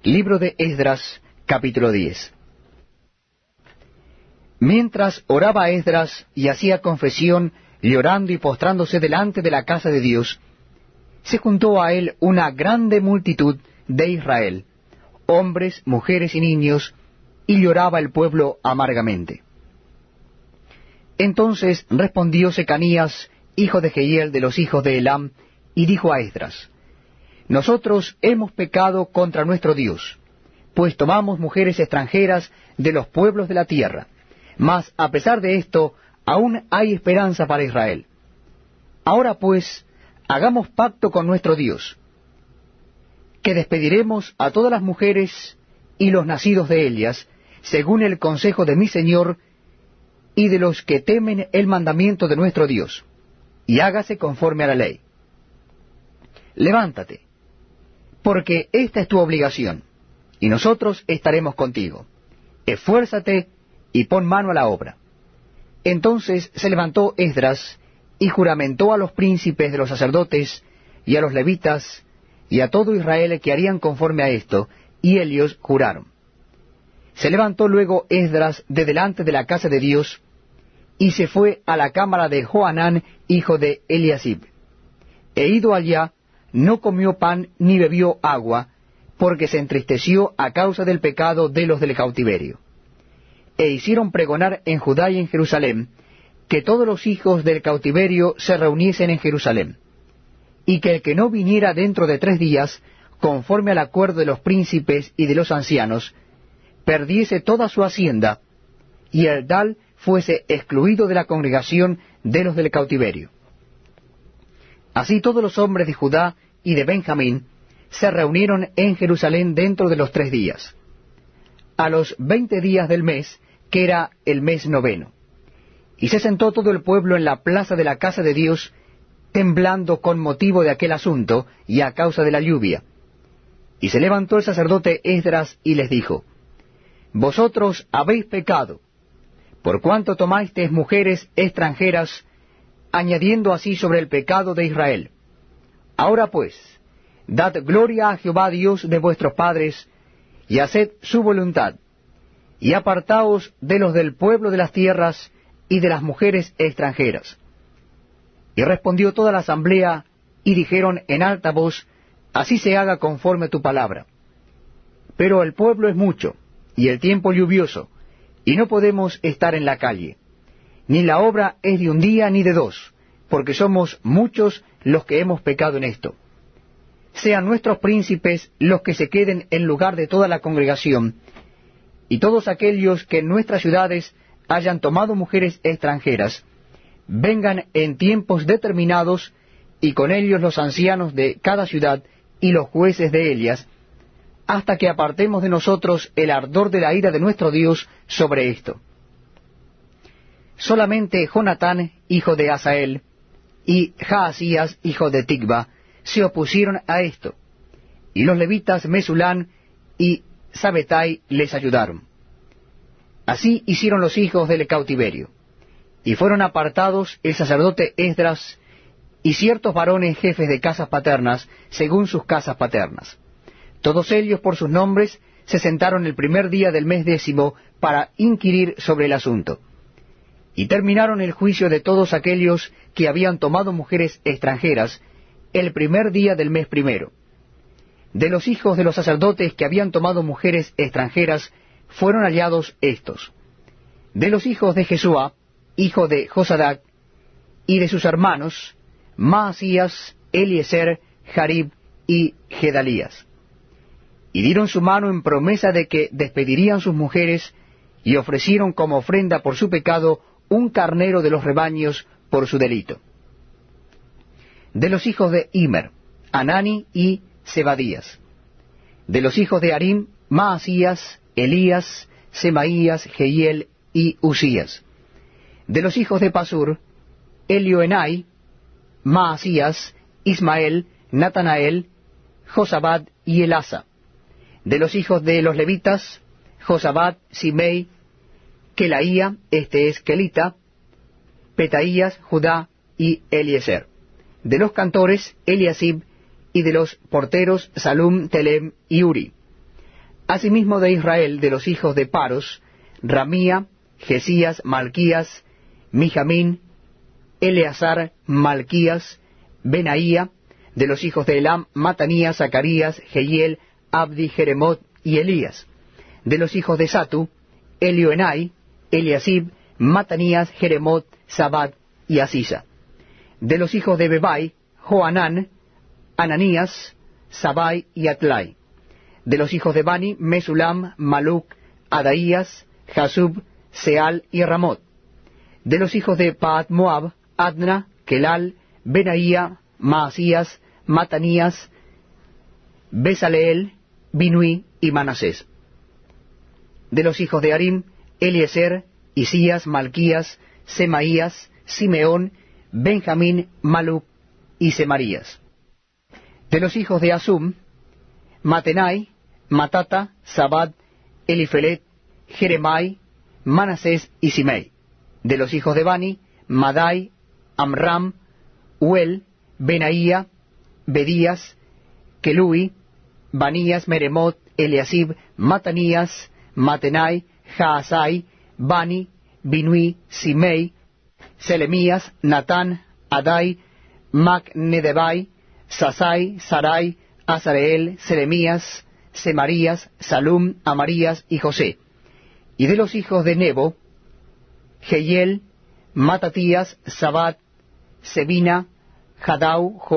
Libro de Esdras, capítulo 10. Mientras oraba Esdras y hacía confesión, llorando y postrándose delante de la casa de Dios, se juntó a él una grande multitud de Israel, hombres, mujeres y niños, y lloraba el pueblo amargamente. Entonces respondió Secanías, hijo de Jehiel de los hijos de Elam, y dijo a Esdras: Nosotros hemos pecado contra nuestro Dios, pues tomamos mujeres extranjeras de los pueblos de la tierra. Mas a pesar de esto, aún hay esperanza para Israel. Ahora pues, hagamos pacto con nuestro Dios, que despediremos a todas las mujeres y los nacidos de ellas, según el consejo de mi Señor y de los que temen el mandamiento de nuestro Dios, y hágase conforme a la ley. Levántate, porque esta es tu obligación, y nosotros estaremos contigo. Esfuérzate y pon mano a la obra. Entonces se levantó Esdras y juramentó a los príncipes de los sacerdotes y a los levitas y a todo Israel que harían conforme a esto, y ellos juraron. Se levantó luego Esdras de delante de la casa de Dios, y se fue a la cámara de Johanán, hijo de Eliasib. E ido allá, no comió pan ni bebió agua, porque se entristeció a causa del pecado de los del cautiverio. E hicieron pregonar en Judá y en Jerusalén, que todos los hijos del cautiverio se reuniesen en Jerusalén, y que el que no viniera dentro de 3 días, conforme al acuerdo de los príncipes y de los ancianos, perdiese toda su hacienda, y el tal fuese excluido de la congregación de los del cautiverio. Así todos los hombres de Judá y de Benjamín se reunieron en Jerusalén dentro de los 3 días. A los 20 días del mes, que era el mes 9. Y se sentó todo el pueblo en la plaza de la casa de Dios, temblando con motivo de aquel asunto y a causa de la lluvia. Y se levantó el sacerdote Esdras y les dijo: Vosotros habéis pecado, por cuanto tomasteis mujeres extranjeras, añadiendo así sobre el pecado de Israel. Ahora pues, dad gloria a Jehová Dios de vuestros padres, y haced su voluntad, y apartaos de los del pueblo de las tierras y de las mujeres extranjeras. Y respondió toda la asamblea, y dijeron en alta voz: Así se haga conforme a tu palabra. Pero el pueblo es mucho, y el tiempo lluvioso, y no podemos estar en la calle. Ni la obra es de 1 día ni de 2, porque somos muchos los que hemos pecado en esto. Sean nuestros príncipes los que se queden en lugar de toda la congregación, y todos aquellos que en nuestras ciudades hayan tomado mujeres extranjeras, vengan en tiempos determinados, y con ellos los ancianos de cada ciudad y los jueces de ellas, hasta que apartemos de nosotros el ardor de la ira de nuestro Dios sobre esto. Solamente Jonatán, hijo de Asael, y Jaasías, hijo de Ticva, se opusieron a esto, y los levitas Mesulán y Sabetai les ayudaron. Así hicieron los hijos del cautiverio, y fueron apartados el sacerdote Esdras y ciertos varones jefes de casas paternas, según sus casas paternas. Todos ellos por sus nombres se sentaron el primer día del mes 10 para inquirir sobre el asunto. Y terminaron el juicio de todos aquellos que habían tomado mujeres extranjeras el primer día del mes 1. De los hijos de los sacerdotes que habían tomado mujeres extranjeras fueron hallados estos: de los hijos de Jesúa, hijo de Josadac, y de sus hermanos, Maasías, Eliezer, Jarib y Gedalías. Y dieron su mano en promesa de que despedirían sus mujeres, y ofrecieron como ofrenda por su pecado un carnero de los rebaños por su delito. De los hijos de Immer, Anani y Zebadías. De los hijos de Harim, Maasías, Elías, Semaías, Jehiel y Usías. De los hijos de Pasur, Elioenai, Maasías, Ismael, Natanael, Josabad y Elasa. De los hijos de los levitas, Josabad, Simei, Kelaía, este es Kelita, Petaías, Judá y Eliezer. De los cantores, Eliasib, y de los porteros, Salum, Telem y Uri. Asimismo de Israel, de los hijos de Paros, Ramía, Jesías, Malquías, Mijamín, Eleazar, Malquías, Benaía; de los hijos de Elam, Matanías, Zacarías, Jehiel, Abdi, Jeremot y Elías; de los hijos de Satu, Elioenai, Eliasib, Matanías, Jeremot, Sabat y Asisa; de los hijos de Bebai, Joanán, Ananías, Sabai y Atlai; de los hijos de Bani, Mesulam, Maluc, Adaías, Jasub, Seal y Ramot; de los hijos de Paat Moab, Adna, Kelal, Benaía, Maasías, Matanías, Besaleel, Binui y Manasés; de los hijos de Harim, Eliezer, Isías, Malquías, Semaías, Simeón, Benjamín, Maluc y Semarías; de los hijos de Asum, Matenai, Matata, Zabad, Elifelet, Jeremai, Manasés y Simei; de los hijos de Bani, Madai, Amram, Uel, Benaía, Bedías, Kelui, Banías, Meremot, Eliasib, Matanías, Matenai, Jaasai, Bani, Binui, Simei, Selemías, Natán, Adai, Macnedebai, Sasai, Sarai, Azareel, Selemías, Semarías, Salum, Amarías y José; y de los hijos de Nebo, Jehiel, Matatías, Sabat, Sebina, Jadau,